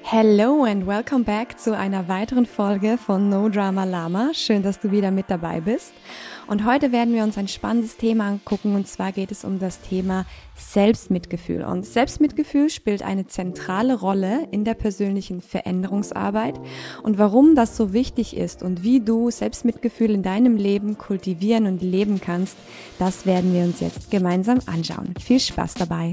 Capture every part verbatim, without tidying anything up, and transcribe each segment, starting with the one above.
Hello and welcome back zu einer weiteren Folge von No Drama Lama. Schön, dass du wieder mit dabei bist. Und heute werden wir uns ein spannendes Thema angucken, und zwar geht es um das Thema Selbstmitgefühl. Und Selbstmitgefühl spielt eine zentrale Rolle in der persönlichen Veränderungsarbeit. Und warum das so wichtig ist und wie du Selbstmitgefühl in deinem Leben kultivieren und leben kannst, das werden wir uns jetzt gemeinsam anschauen. Viel Spaß dabei!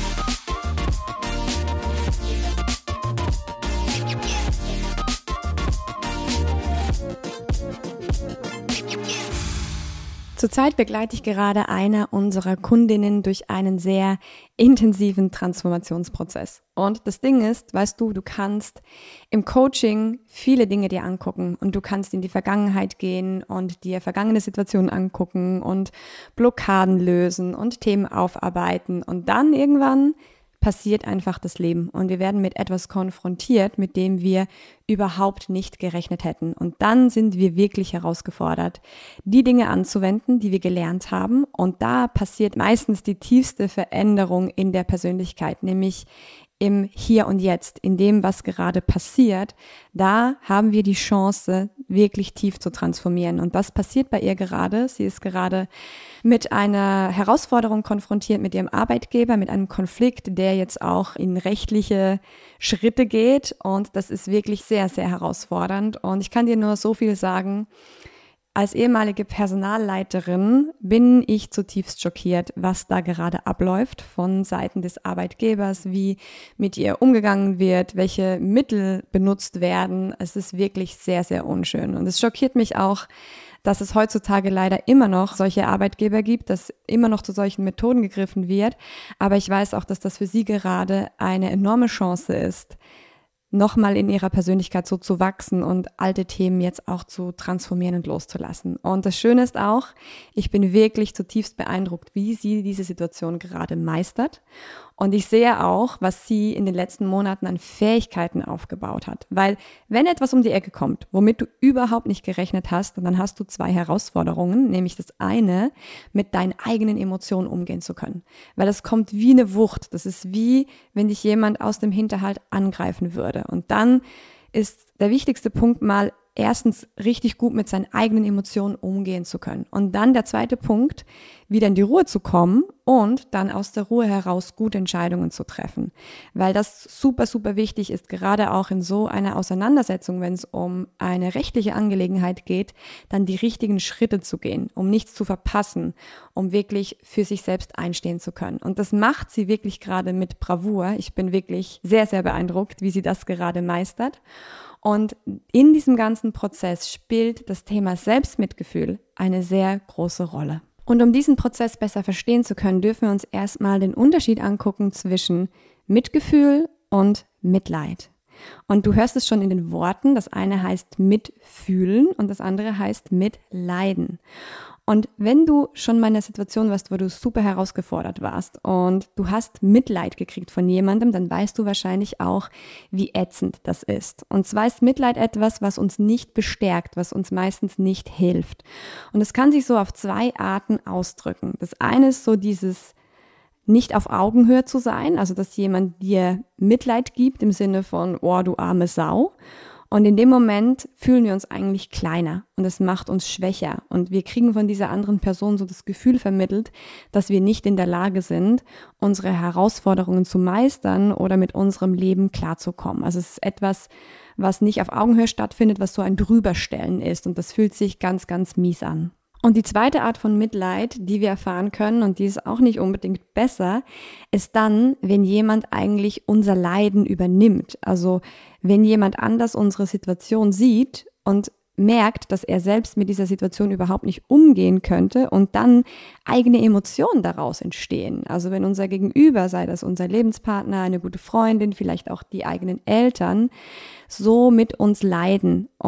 Zurzeit begleite ich gerade einer unserer Kundinnen durch einen sehr intensiven Transformationsprozess. Und das Ding ist, weißt du, du kannst im Coaching viele Dinge dir angucken und du kannst in die Vergangenheit gehen und dir vergangene Situationen angucken und Blockaden lösen und Themen aufarbeiten und dann irgendwann passiert einfach das Leben und wir werden mit etwas konfrontiert, mit dem wir überhaupt nicht gerechnet hätten. Und dann sind wir wirklich herausgefordert, die Dinge anzuwenden, die wir gelernt haben. Und da passiert meistens die tiefste Veränderung in der Persönlichkeit, nämlich im Hier und Jetzt, in dem, was gerade passiert. Da haben wir die Chance, wirklich tief zu transformieren. Und das passiert bei ihr gerade. Sie ist gerade mit einer Herausforderung konfrontiert mit ihrem Arbeitgeber, mit einem Konflikt, der jetzt auch in rechtliche Schritte geht. Und das ist wirklich sehr, sehr herausfordernd. Und ich kann dir nur so viel sagen: Als ehemalige Personalleiterin bin ich zutiefst schockiert, was da gerade abläuft von Seiten des Arbeitgebers, wie mit ihr umgegangen wird, welche Mittel benutzt werden. Es ist wirklich sehr, sehr unschön. Und es schockiert mich auch, dass es heutzutage leider immer noch solche Arbeitgeber gibt, dass immer noch zu solchen Methoden gegriffen wird. Aber ich weiß auch, dass das für sie gerade eine enorme Chance ist, nochmal in ihrer Persönlichkeit so zu wachsen und alte Themen jetzt auch zu transformieren und loszulassen. Und das Schöne ist auch, ich bin wirklich zutiefst beeindruckt, wie sie diese Situation gerade meistert. Und ich sehe auch, was sie in den letzten Monaten an Fähigkeiten aufgebaut hat. Weil wenn etwas um die Ecke kommt, womit du überhaupt nicht gerechnet hast, dann hast du zwei Herausforderungen, nämlich das eine, mit deinen eigenen Emotionen umgehen zu können. Weil das kommt wie eine Wucht. Das ist wie, wenn dich jemand aus dem Hinterhalt angreifen würde. Und dann ist der wichtigste Punkt mal, erstens richtig gut mit seinen eigenen Emotionen umgehen zu können. Und dann der zweite Punkt, wieder in die Ruhe zu kommen und dann aus der Ruhe heraus gute Entscheidungen zu treffen. Weil das super, super wichtig ist, gerade auch in so einer Auseinandersetzung, wenn es um eine rechtliche Angelegenheit geht, dann die richtigen Schritte zu gehen, um nichts zu verpassen, um wirklich für sich selbst einstehen zu können. Und das macht sie wirklich gerade mit Bravour. Ich bin wirklich sehr, sehr beeindruckt, wie sie das gerade meistert. Und in diesem ganzen Prozess spielt das Thema Selbstmitgefühl eine sehr große Rolle. Und um diesen Prozess besser verstehen zu können, dürfen wir uns erstmal den Unterschied angucken zwischen Mitgefühl und Mitleid. Und du hörst es schon in den Worten, das eine heißt mitfühlen und das andere heißt mitleiden. Und wenn du schon mal in einer Situation warst, wo du super herausgefordert warst und du hast Mitleid gekriegt von jemandem, dann weißt du wahrscheinlich auch, wie ätzend das ist. Und zwar ist Mitleid etwas, was uns nicht bestärkt, was uns meistens nicht hilft. Und es kann sich so auf zwei Arten ausdrücken. Das eine ist so dieses nicht auf Augenhöhe zu sein, also dass jemand dir Mitleid gibt im Sinne von, oh, du arme Sau. Und in dem Moment fühlen wir uns eigentlich kleiner und es macht uns schwächer. Und wir kriegen von dieser anderen Person so das Gefühl vermittelt, dass wir nicht in der Lage sind, unsere Herausforderungen zu meistern oder mit unserem Leben klarzukommen. Also es ist etwas, was nicht auf Augenhöhe stattfindet, was so ein Drüberstellen ist. Und das fühlt sich ganz, ganz mies an. Und die zweite Art von Mitleid, die wir erfahren können, und die ist auch nicht unbedingt besser, ist dann, wenn jemand eigentlich unser Leiden übernimmt. Also wenn jemand anders unsere Situation sieht und merkt, dass er selbst mit dieser Situation überhaupt nicht umgehen könnte und dann eigene Emotionen daraus entstehen. Also wenn unser Gegenüber, sei das unser Lebenspartner, eine gute Freundin, vielleicht auch die eigenen Eltern, so mit uns leiden und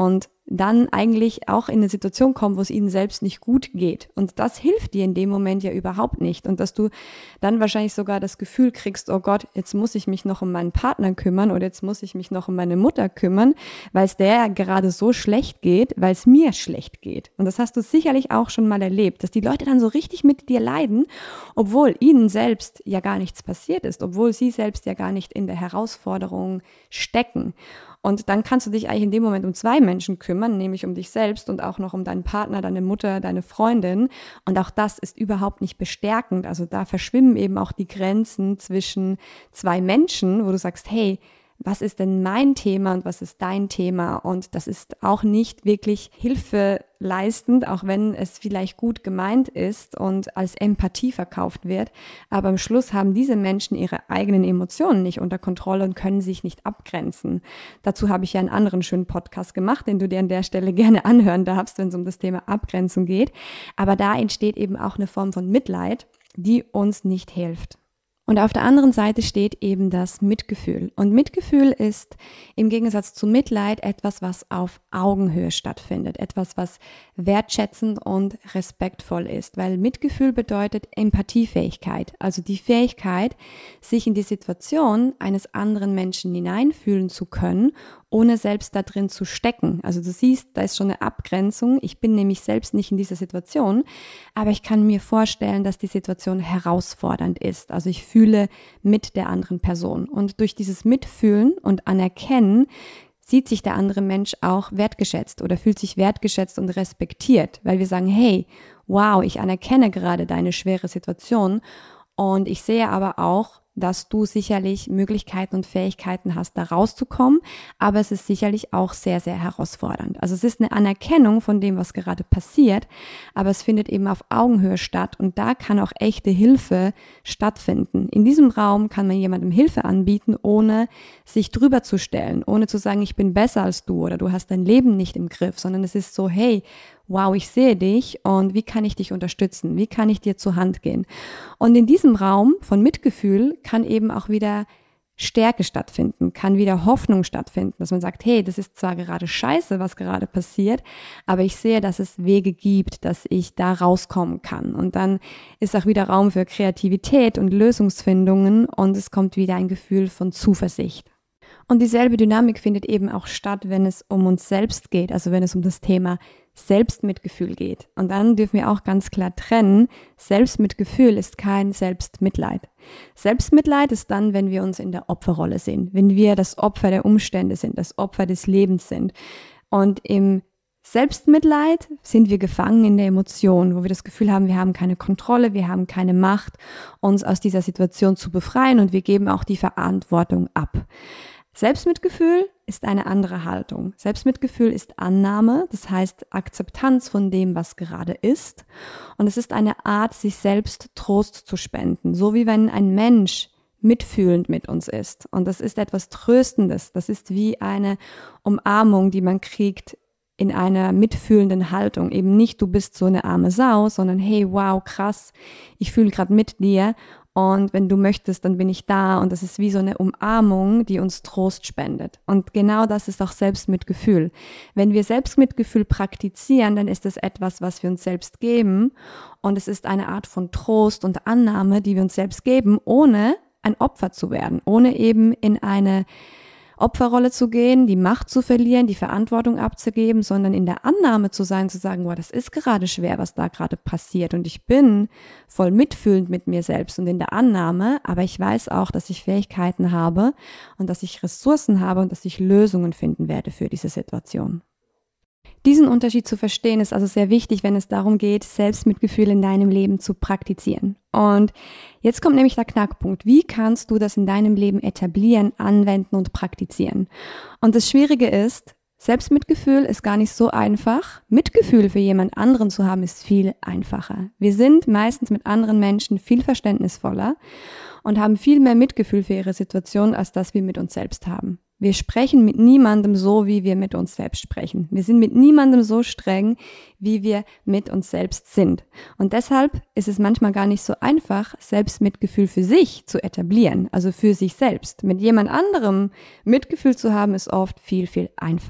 dann eigentlich auch in eine Situation kommen, wo es ihnen selbst nicht gut geht. Und das hilft dir in dem Moment ja überhaupt nicht. Und dass du dann wahrscheinlich sogar das Gefühl kriegst, oh Gott, jetzt muss ich mich noch um meinen Partner kümmern oder jetzt muss ich mich noch um meine Mutter kümmern, weil es der gerade so schlecht geht, weil es mir schlecht geht. Und das hast du sicherlich auch schon mal erlebt, dass die Leute dann so richtig mit dir leiden, obwohl ihnen selbst ja gar nichts passiert ist, obwohl sie selbst ja gar nicht in der Herausforderung stecken. Und dann kannst du dich eigentlich in dem Moment um zwei Menschen kümmern, nämlich um dich selbst und auch noch um deinen Partner, deine Mutter, deine Freundin. Und auch das ist überhaupt nicht bestärkend. Also da verschwimmen eben auch die Grenzen zwischen zwei Menschen, wo du sagst, hey, was ist denn mein Thema und was ist dein Thema? Und das ist auch nicht wirklich hilfeleistend, auch wenn es vielleicht gut gemeint ist und als Empathie verkauft wird. Aber am Schluss haben diese Menschen ihre eigenen Emotionen nicht unter Kontrolle und können sich nicht abgrenzen. Dazu habe ich ja einen anderen schönen Podcast gemacht, den du dir an der Stelle gerne anhören darfst, wenn es um das Thema Abgrenzung geht. Aber da entsteht eben auch eine Form von Mitleid, die uns nicht hilft. Und auf der anderen Seite steht eben das Mitgefühl. Und Mitgefühl ist im Gegensatz zu Mitleid etwas, was auf Augenhöhe stattfindet. Etwas, was wertschätzend und respektvoll ist. Weil Mitgefühl bedeutet Empathiefähigkeit. Also die Fähigkeit, sich in die Situation eines anderen Menschen hineinfühlen zu können, ohne selbst da drin zu stecken. Also du siehst, da ist schon eine Abgrenzung. Ich bin nämlich selbst nicht in dieser Situation, aber ich kann mir vorstellen, dass die Situation herausfordernd ist. Also ich fühle mit der anderen Person. Und durch dieses Mitfühlen und Anerkennen sieht sich der andere Mensch auch wertgeschätzt oder fühlt sich wertgeschätzt und respektiert, weil wir sagen, hey, wow, ich anerkenne gerade deine schwere Situation und ich sehe aber auch, dass du sicherlich Möglichkeiten und Fähigkeiten hast, da rauszukommen, aber es ist sicherlich auch sehr, sehr herausfordernd. Also es ist eine Anerkennung von dem, was gerade passiert, aber es findet eben auf Augenhöhe statt und da kann auch echte Hilfe stattfinden. In diesem Raum kann man jemandem Hilfe anbieten, ohne sich drüber zu stellen, ohne zu sagen, ich bin besser als du oder du hast dein Leben nicht im Griff, sondern es ist so, hey, wow, ich sehe dich und wie kann ich dich unterstützen? Wie kann ich dir zur Hand gehen? Und in diesem Raum von Mitgefühl kann eben auch wieder Stärke stattfinden, kann wieder Hoffnung stattfinden, dass man sagt, hey, das ist zwar gerade scheiße, was gerade passiert, aber ich sehe, dass es Wege gibt, dass ich da rauskommen kann. Und dann ist auch wieder Raum für Kreativität und Lösungsfindungen und es kommt wieder ein Gefühl von Zuversicht. Und dieselbe Dynamik findet eben auch statt, wenn es um uns selbst geht, also wenn es um das Thema Selbstmitgefühl geht. Und dann dürfen wir auch ganz klar trennen, Selbstmitgefühl ist kein Selbstmitleid. Selbstmitleid ist dann, wenn wir uns in der Opferrolle sehen, wenn wir das Opfer der Umstände sind, das Opfer des Lebens sind. Und im Selbstmitleid sind wir gefangen in der Emotion, wo wir das Gefühl haben, wir haben keine Kontrolle, wir haben keine Macht, uns aus dieser Situation zu befreien und wir geben auch die Verantwortung ab. Selbstmitgefühl ist eine andere Haltung. Selbstmitgefühl ist Annahme, das heißt Akzeptanz von dem, was gerade ist. Und es ist eine Art, sich selbst Trost zu spenden. So wie wenn ein Mensch mitfühlend mit uns ist. Und das ist etwas Tröstendes. Das ist wie eine Umarmung, die man kriegt in einer mitfühlenden Haltung. Eben nicht, du bist so eine arme Sau, sondern hey, wow, krass, ich fühle gerade mit dir. Und wenn du möchtest, dann bin ich da und das ist wie so eine Umarmung, die uns Trost spendet. Und genau das ist auch Selbstmitgefühl. Wenn wir Selbstmitgefühl praktizieren, dann ist es etwas, was wir uns selbst geben und es ist eine Art von Trost und Annahme, die wir uns selbst geben, ohne ein Opfer zu werden, ohne eben in eine Opferrolle zu gehen, die Macht zu verlieren, die Verantwortung abzugeben, sondern in der Annahme zu sein, zu sagen, boah, das ist gerade schwer, was da gerade passiert und ich bin voll mitfühlend mit mir selbst und in der Annahme, aber ich weiß auch, dass ich Fähigkeiten habe und dass ich Ressourcen habe und dass ich Lösungen finden werde für diese Situation. Diesen Unterschied zu verstehen ist also sehr wichtig, wenn es darum geht, Selbstmitgefühl in deinem Leben zu praktizieren. Und jetzt kommt nämlich der Knackpunkt. Wie kannst du das in deinem Leben etablieren, anwenden und praktizieren? Und das Schwierige ist, Selbstmitgefühl ist gar nicht so einfach. Mitgefühl für jemand anderen zu haben, ist viel einfacher. Wir sind meistens mit anderen Menschen viel verständnisvoller und haben viel mehr Mitgefühl für ihre Situation, als das wir mit uns selbst haben. Wir sprechen mit niemandem so, wie wir mit uns selbst sprechen. Wir sind mit niemandem so streng, wie wir mit uns selbst sind. Und deshalb ist es manchmal gar nicht so einfach, Selbstmitgefühl für sich zu etablieren, also für sich selbst. Mit jemand anderem Mitgefühl zu haben, ist oft viel, viel einfacher.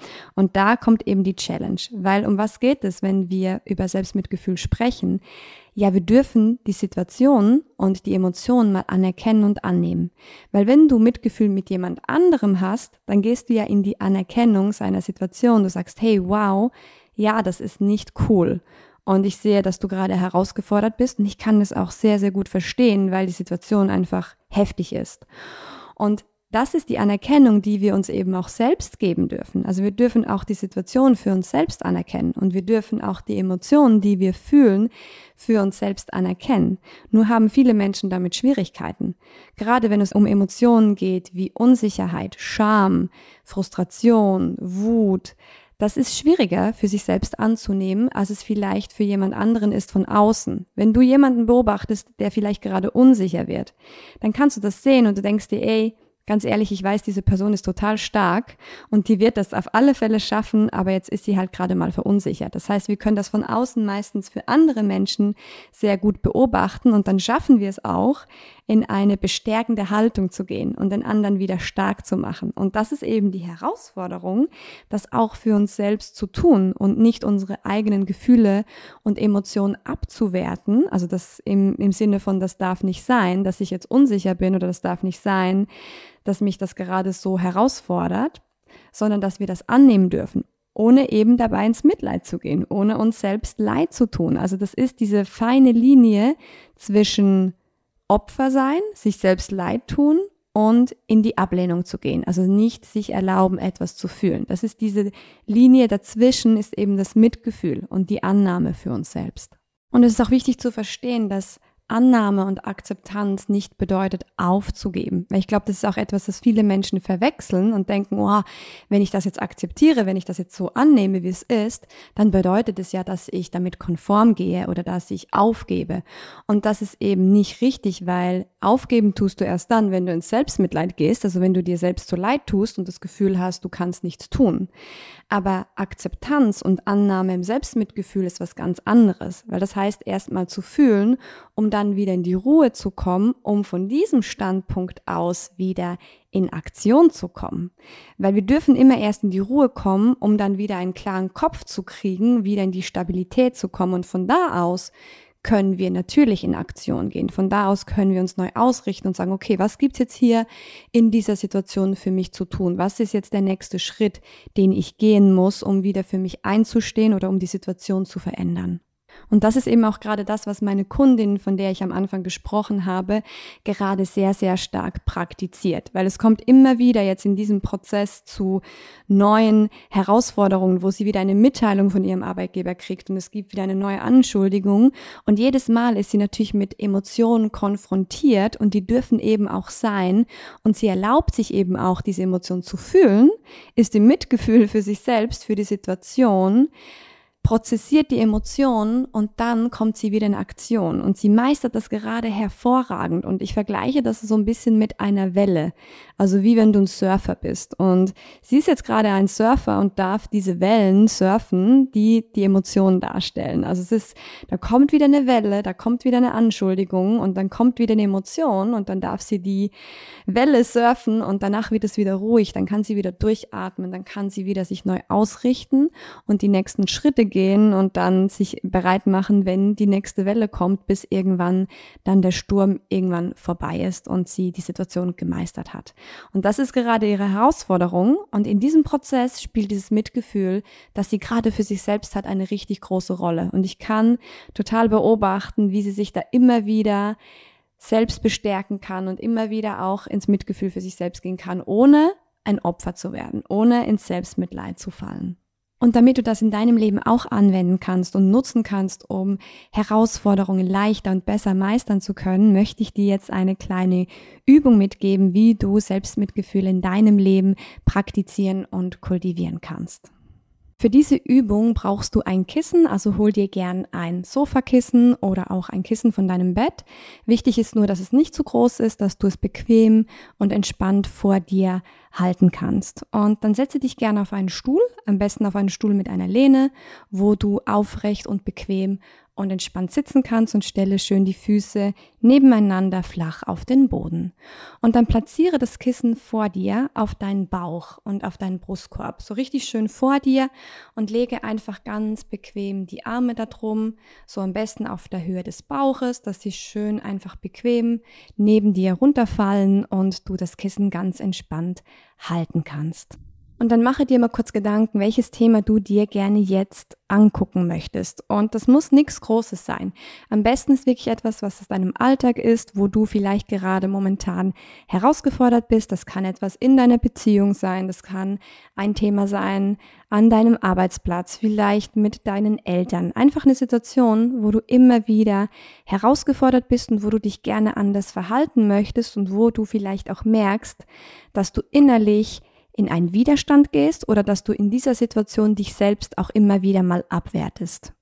Und da kommt eben die Challenge, weil um was geht es, wenn wir über Selbstmitgefühl sprechen? Ja, wir dürfen die Situation und die Emotionen mal anerkennen und annehmen. Weil wenn du Mitgefühl mit jemand anderem hast, dann gehst du ja in die Anerkennung seiner Situation. Du sagst, hey, wow, ja, das ist nicht cool. Und ich sehe, dass du gerade herausgefordert bist und ich kann das auch sehr, sehr gut verstehen, weil die Situation einfach heftig ist. Und das ist die Anerkennung, die wir uns eben auch selbst geben dürfen. Also wir dürfen auch die Situation für uns selbst anerkennen und wir dürfen auch die Emotionen, die wir fühlen, für uns selbst anerkennen. Nur haben viele Menschen damit Schwierigkeiten. Gerade wenn es um Emotionen geht wie Unsicherheit, Scham, Frustration, Wut, das ist schwieriger für sich selbst anzunehmen, als es vielleicht für jemand anderen ist von außen. Wenn du jemanden beobachtest, der vielleicht gerade unsicher wird, dann kannst du das sehen und du denkst dir, ey, ganz ehrlich, ich weiß, diese Person ist total stark und die wird das auf alle Fälle schaffen, aber jetzt ist sie halt gerade mal verunsichert. Das heißt, wir können das von außen meistens für andere Menschen sehr gut beobachten und dann schaffen wir es auch, in eine bestärkende Haltung zu gehen und den anderen wieder stark zu machen. Und das ist eben die Herausforderung, das auch für uns selbst zu tun und nicht unsere eigenen Gefühle und Emotionen abzuwerten. Also das im, im Sinne von, das darf nicht sein, dass ich jetzt unsicher bin oder das darf nicht sein, dass mich das gerade so herausfordert, sondern dass wir das annehmen dürfen, ohne eben dabei ins Mitleid zu gehen, ohne uns selbst Leid zu tun. Also das ist diese feine Linie zwischen Opfer sein, sich selbst Leid tun und in die Ablehnung zu gehen. Also nicht sich erlauben, etwas zu fühlen. Das ist diese Linie dazwischen, ist eben das Mitgefühl und die Annahme für uns selbst. Und es ist auch wichtig zu verstehen, dass Annahme und Akzeptanz nicht bedeutet aufzugeben. Weil ich glaube, das ist auch etwas, das viele Menschen verwechseln und denken, oh, wenn ich das jetzt akzeptiere, wenn ich das jetzt so annehme, wie es ist, dann bedeutet es ja, dass ich damit konform gehe oder dass ich aufgebe. Und das ist eben nicht richtig, weil aufgeben tust du erst dann, wenn du ins Selbstmitleid gehst, also wenn du dir selbst so leid tust und das Gefühl hast, du kannst nichts tun. Aber Akzeptanz und Annahme im Selbstmitgefühl ist was ganz anderes, weil das heißt, erst mal zu fühlen, um dann wieder in die Ruhe zu kommen, um von diesem Standpunkt aus wieder in Aktion zu kommen. Weil wir dürfen immer erst in die Ruhe kommen, um dann wieder einen klaren Kopf zu kriegen, wieder in die Stabilität zu kommen und von da aus können wir natürlich in Aktion gehen. Von da aus können wir uns neu ausrichten und sagen, okay, was gibt's jetzt hier in dieser Situation für mich zu tun? Was ist jetzt der nächste Schritt, den ich gehen muss, um wieder für mich einzustehen oder um die Situation zu verändern? Und das ist eben auch gerade das, was meine Kundin, von der ich am Anfang gesprochen habe, gerade sehr, sehr stark praktiziert. Weil es kommt immer wieder jetzt in diesem Prozess zu neuen Herausforderungen, wo sie wieder eine Mitteilung von ihrem Arbeitgeber kriegt und es gibt wieder eine neue Anschuldigung. Und jedes Mal ist sie natürlich mit Emotionen konfrontiert und die dürfen eben auch sein. Und sie erlaubt sich eben auch, diese Emotionen zu fühlen, ist im Mitgefühl für sich selbst, für die Situation, prozessiert die Emotionen und dann kommt sie wieder in Aktion und sie meistert das gerade hervorragend und ich vergleiche das so ein bisschen mit einer Welle, also wie wenn du ein Surfer bist und sie ist jetzt gerade ein Surfer und darf diese Wellen surfen, die die Emotionen darstellen. Also es ist, da kommt wieder eine Welle, da kommt wieder eine Anschuldigung und dann kommt wieder eine Emotion und dann darf sie die Welle surfen und danach wird es wieder ruhig, dann kann sie wieder durchatmen, dann kann sie wieder sich neu ausrichten und die nächsten Schritte gehen und dann sich bereit machen, wenn die nächste Welle kommt, bis irgendwann dann der Sturm irgendwann vorbei ist und sie die Situation gemeistert hat. Und das ist gerade ihre Herausforderung und in diesem Prozess spielt dieses Mitgefühl, das sie gerade für sich selbst hat, eine richtig große Rolle. Und ich kann total beobachten, wie sie sich da immer wieder selbst bestärken kann und immer wieder auch ins Mitgefühl für sich selbst gehen kann, ohne ein Opfer zu werden, ohne ins Selbstmitleid zu fallen. Und damit du das in deinem Leben auch anwenden kannst und nutzen kannst, um Herausforderungen leichter und besser meistern zu können, möchte ich dir jetzt eine kleine Übung mitgeben, wie du Selbstmitgefühl in deinem Leben praktizieren und kultivieren kannst. Für diese Übung brauchst du ein Kissen, also hol dir gern ein Sofakissen oder auch ein Kissen von deinem Bett. Wichtig ist nur, dass es nicht zu groß ist, dass du es bequem und entspannt vor dir halten kannst. Und dann setze dich gerne auf einen Stuhl, am besten auf einen Stuhl mit einer Lehne, wo du aufrecht und bequem und entspannt sitzen kannst und stelle schön die Füße nebeneinander flach auf den Boden. Und dann platziere das Kissen vor dir auf deinen Bauch und auf deinen Brustkorb, so richtig schön vor dir und lege einfach ganz bequem die Arme da drum, so am besten auf der Höhe des Bauches, dass sie schön einfach bequem neben dir runterfallen und du das Kissen ganz entspannt halten kannst. Und dann mache dir mal kurz Gedanken, welches Thema du dir gerne jetzt angucken möchtest. Und das muss nichts Großes sein. Am besten ist wirklich etwas, was aus deinem Alltag ist, wo du vielleicht gerade momentan herausgefordert bist. Das kann etwas in deiner Beziehung sein. Das kann ein Thema sein an deinem Arbeitsplatz, vielleicht mit deinen Eltern. Einfach eine Situation, wo du immer wieder herausgefordert bist und wo du dich gerne anders verhalten möchtest und wo du vielleicht auch merkst, dass du innerlich in einen Widerstand gehst oder dass du in dieser Situation dich selbst auch immer wieder mal abwertest.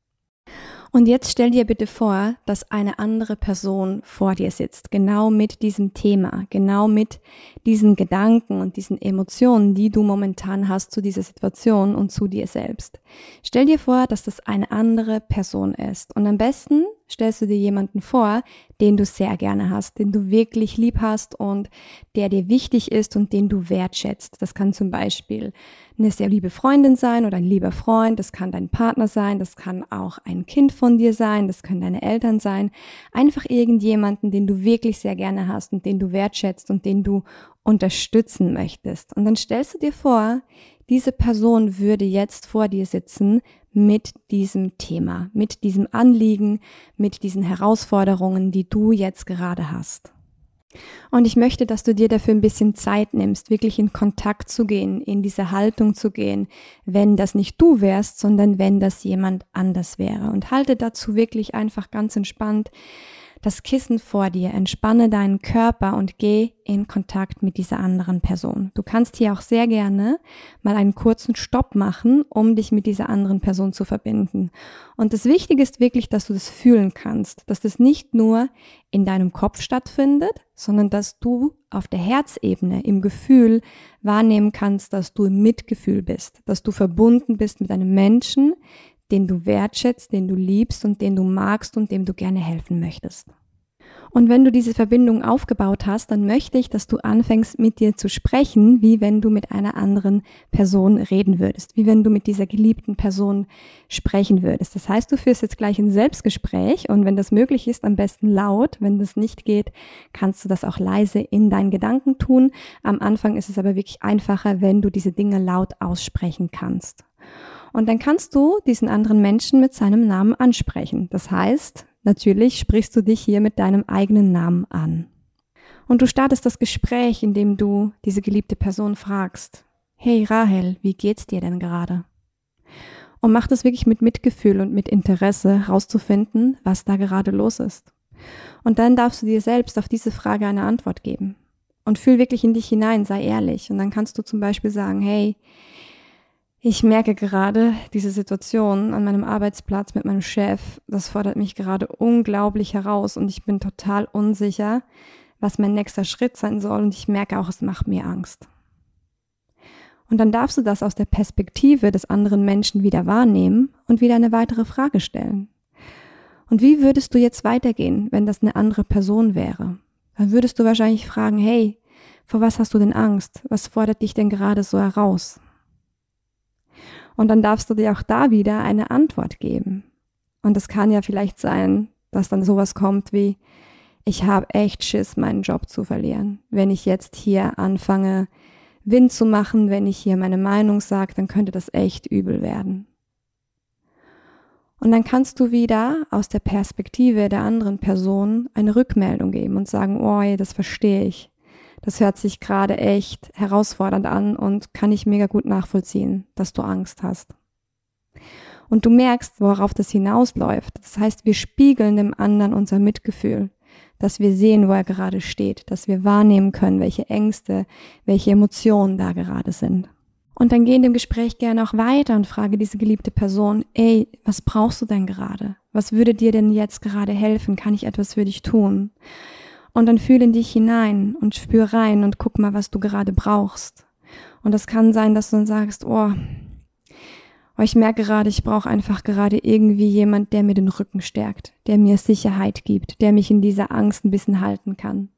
Und jetzt stell dir bitte vor, dass eine andere Person vor dir sitzt, genau mit diesem Thema, genau mit diesen Gedanken und diesen Emotionen, die du momentan hast zu dieser Situation und zu dir selbst. Stell dir vor, dass das eine andere Person ist. Und am besten stellst du dir jemanden vor, den du sehr gerne hast, den du wirklich lieb hast und der dir wichtig ist und den du wertschätzt. Das kann zum Beispiel eine sehr liebe Freundin sein oder ein lieber Freund, das kann dein Partner sein, das kann auch ein Kind von dir sein, das können deine Eltern sein. Einfach irgendjemanden, den du wirklich sehr gerne hast und den du wertschätzt und den du unterstützen möchtest. Und dann stellst du dir vor, diese Person würde jetzt vor dir sitzen mit diesem Thema, mit diesem Anliegen, mit diesen Herausforderungen, die du jetzt gerade hast. Und ich möchte, dass du dir dafür ein bisschen Zeit nimmst, wirklich in Kontakt zu gehen, in diese Haltung zu gehen, wenn das nicht du wärst, sondern wenn das jemand anders wäre. Und halte dazu wirklich einfach ganz entspannt das Kissen vor dir, entspanne deinen Körper und geh in Kontakt mit dieser anderen Person. Du kannst hier auch sehr gerne mal einen kurzen Stopp machen, um dich mit dieser anderen Person zu verbinden. Und das Wichtige ist wirklich, dass du das fühlen kannst, dass das nicht nur in deinem Kopf stattfindet, sondern dass du auf der Herzebene im Gefühl wahrnehmen kannst, dass du im Mitgefühl bist, dass du verbunden bist mit einem Menschen, den du wertschätzt, den du liebst und den du magst und dem du gerne helfen möchtest. Und wenn du diese Verbindung aufgebaut hast, dann möchte ich, dass du anfängst, mit dir zu sprechen, wie wenn du mit einer anderen Person reden würdest, wie wenn du mit dieser geliebten Person sprechen würdest. Das heißt, du führst jetzt gleich ein Selbstgespräch und wenn das möglich ist, am besten laut. Wenn das nicht geht, kannst du das auch leise in deinen Gedanken tun. Am Anfang ist es aber wirklich einfacher, wenn du diese Dinge laut aussprechen kannst. Und dann kannst du diesen anderen Menschen mit seinem Namen ansprechen. Das heißt, natürlich sprichst du dich hier mit deinem eigenen Namen an. Und du startest das Gespräch, indem du diese geliebte Person fragst: Hey Rahel, wie geht's dir denn gerade? Und mach das wirklich mit Mitgefühl und mit Interesse herauszufinden, was da gerade los ist. Und dann darfst du dir selbst auf diese Frage eine Antwort geben. Und fühl wirklich in dich hinein, sei ehrlich. Und dann kannst du zum Beispiel sagen: Hey, ich merke gerade, diese Situation an meinem Arbeitsplatz mit meinem Chef, das fordert mich gerade unglaublich heraus und ich bin total unsicher, was mein nächster Schritt sein soll und ich merke auch, es macht mir Angst. Und dann darfst du das aus der Perspektive des anderen Menschen wieder wahrnehmen und wieder eine weitere Frage stellen. Und wie würdest du jetzt weitergehen, wenn das eine andere Person wäre? Dann würdest du wahrscheinlich fragen: Hey, vor was hast du denn Angst? Was fordert dich denn gerade so heraus? Und dann darfst du dir auch da wieder eine Antwort geben. Und es kann ja vielleicht sein, dass dann sowas kommt wie: Ich habe echt Schiss, meinen Job zu verlieren. Wenn ich jetzt hier anfange, Wind zu machen, wenn ich hier meine Meinung sage, dann könnte das echt übel werden. Und dann kannst du wieder aus der Perspektive der anderen Person eine Rückmeldung geben und sagen: Oh, das verstehe ich. Das hört sich gerade echt herausfordernd an und kann ich mega gut nachvollziehen, dass du Angst hast. Und du merkst, worauf das hinausläuft. Das heißt, wir spiegeln dem anderen unser Mitgefühl, dass wir sehen, wo er gerade steht, dass wir wahrnehmen können, welche Ängste, welche Emotionen da gerade sind. Und dann geh in dem Gespräch gerne auch weiter und frage diese geliebte Person: Ey, was brauchst du denn gerade? Was würde dir denn jetzt gerade helfen? Kann ich etwas für dich tun? Und dann fühl in dich hinein und spür rein und guck mal, was du gerade brauchst. Und das kann sein, dass du dann sagst: Oh, Oh, ich merke gerade, ich brauche einfach gerade irgendwie jemand, der mir den Rücken stärkt, der mir Sicherheit gibt, der mich in dieser Angst ein bisschen halten kann.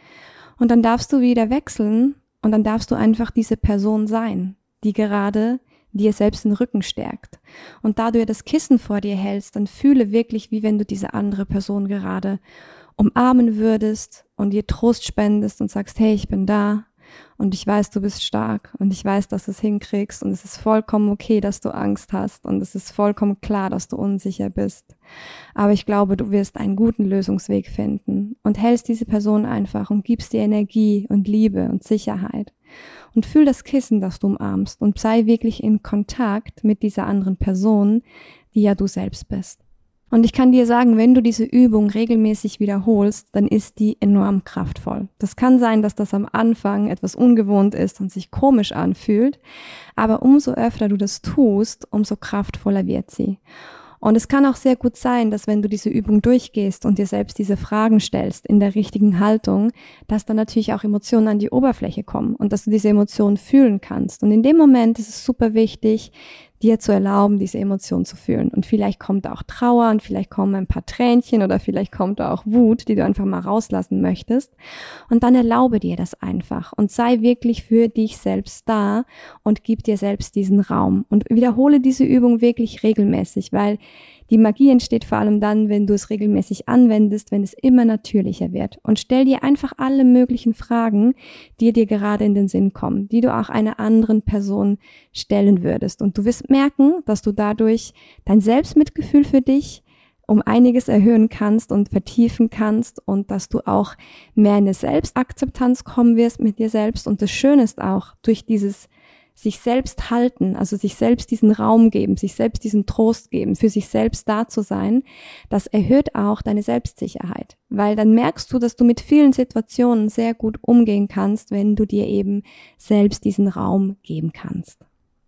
Und dann darfst du wieder wechseln und dann darfst du einfach diese Person sein, die gerade dir selbst den Rücken stärkt. Und da du ja das Kissen vor dir hältst, dann fühle wirklich, wie wenn du diese andere Person gerade umarmen würdest und ihr Trost spendest und sagst, hey, ich bin da. Und ich weiß, du bist stark und ich weiß, dass du es hinkriegst und es ist vollkommen okay, dass du Angst hast und es ist vollkommen klar, dass du unsicher bist. Aber ich glaube, du wirst einen guten Lösungsweg finden und hältst diese Person einfach und gibst dir Energie und Liebe und Sicherheit. Und fühl das Kissen, das du umarmst und sei wirklich in Kontakt mit dieser anderen Person, die ja du selbst bist. Und ich kann dir sagen, wenn du diese Übung regelmäßig wiederholst, dann ist die enorm kraftvoll. Das kann sein, dass das am Anfang etwas ungewohnt ist und sich komisch anfühlt, aber umso öfter du das tust, umso kraftvoller wird sie. Und es kann auch sehr gut sein, dass wenn du diese Übung durchgehst und dir selbst diese Fragen stellst in der richtigen Haltung, dass dann natürlich auch Emotionen an die Oberfläche kommen und dass du diese Emotionen fühlen kannst. Und in dem Moment ist es super wichtig, dir zu erlauben, diese Emotionen zu fühlen. Und vielleicht kommt auch Trauer und vielleicht kommen ein paar Tränchen oder vielleicht kommt auch Wut, die du einfach mal rauslassen möchtest. Und dann erlaube dir das einfach und sei wirklich für dich selbst da und gib dir selbst diesen Raum. Und wiederhole diese Übung wirklich regelmäßig, weil die Magie entsteht vor allem dann, wenn du es regelmäßig anwendest, wenn es immer natürlicher wird. Und stell dir einfach alle möglichen Fragen, die dir gerade in den Sinn kommen, die du auch einer anderen Person stellen würdest. Und du wirst merken, dass du dadurch dein Selbstmitgefühl für dich um einiges erhöhen kannst und vertiefen kannst und dass du auch mehr in eine Selbstakzeptanz kommen wirst mit dir selbst. Und das Schöne ist auch, durch dieses sich selbst halten, also sich selbst diesen Raum geben, sich selbst diesen Trost geben, für sich selbst da zu sein, das erhöht auch deine Selbstsicherheit, weil dann merkst du, dass du mit vielen Situationen sehr gut umgehen kannst, wenn du dir eben selbst diesen Raum geben kannst.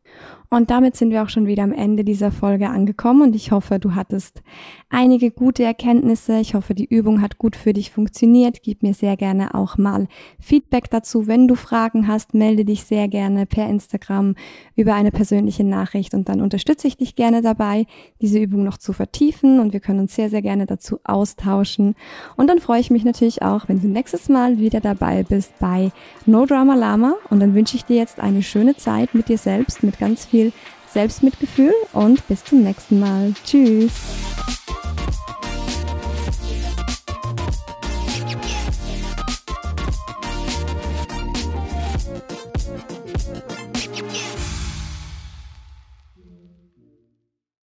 Und damit sind wir auch schon wieder am Ende dieser Folge angekommen und ich hoffe, du hattest einige gute Erkenntnisse. Ich hoffe, die Übung hat gut für dich funktioniert. Gib mir sehr gerne auch mal Feedback dazu. Wenn du Fragen hast, melde dich sehr gerne per Instagram über eine persönliche Nachricht und dann unterstütze ich dich gerne dabei, diese Übung noch zu vertiefen und wir können uns sehr, sehr gerne dazu austauschen. Und dann freue ich mich natürlich auch, wenn du nächstes Mal wieder dabei bist bei No Drama Lama und dann wünsche ich dir jetzt eine schöne Zeit mit dir selbst, mit ganz viel Selbstmitgefühl und bis zum nächsten Mal. Tschüss!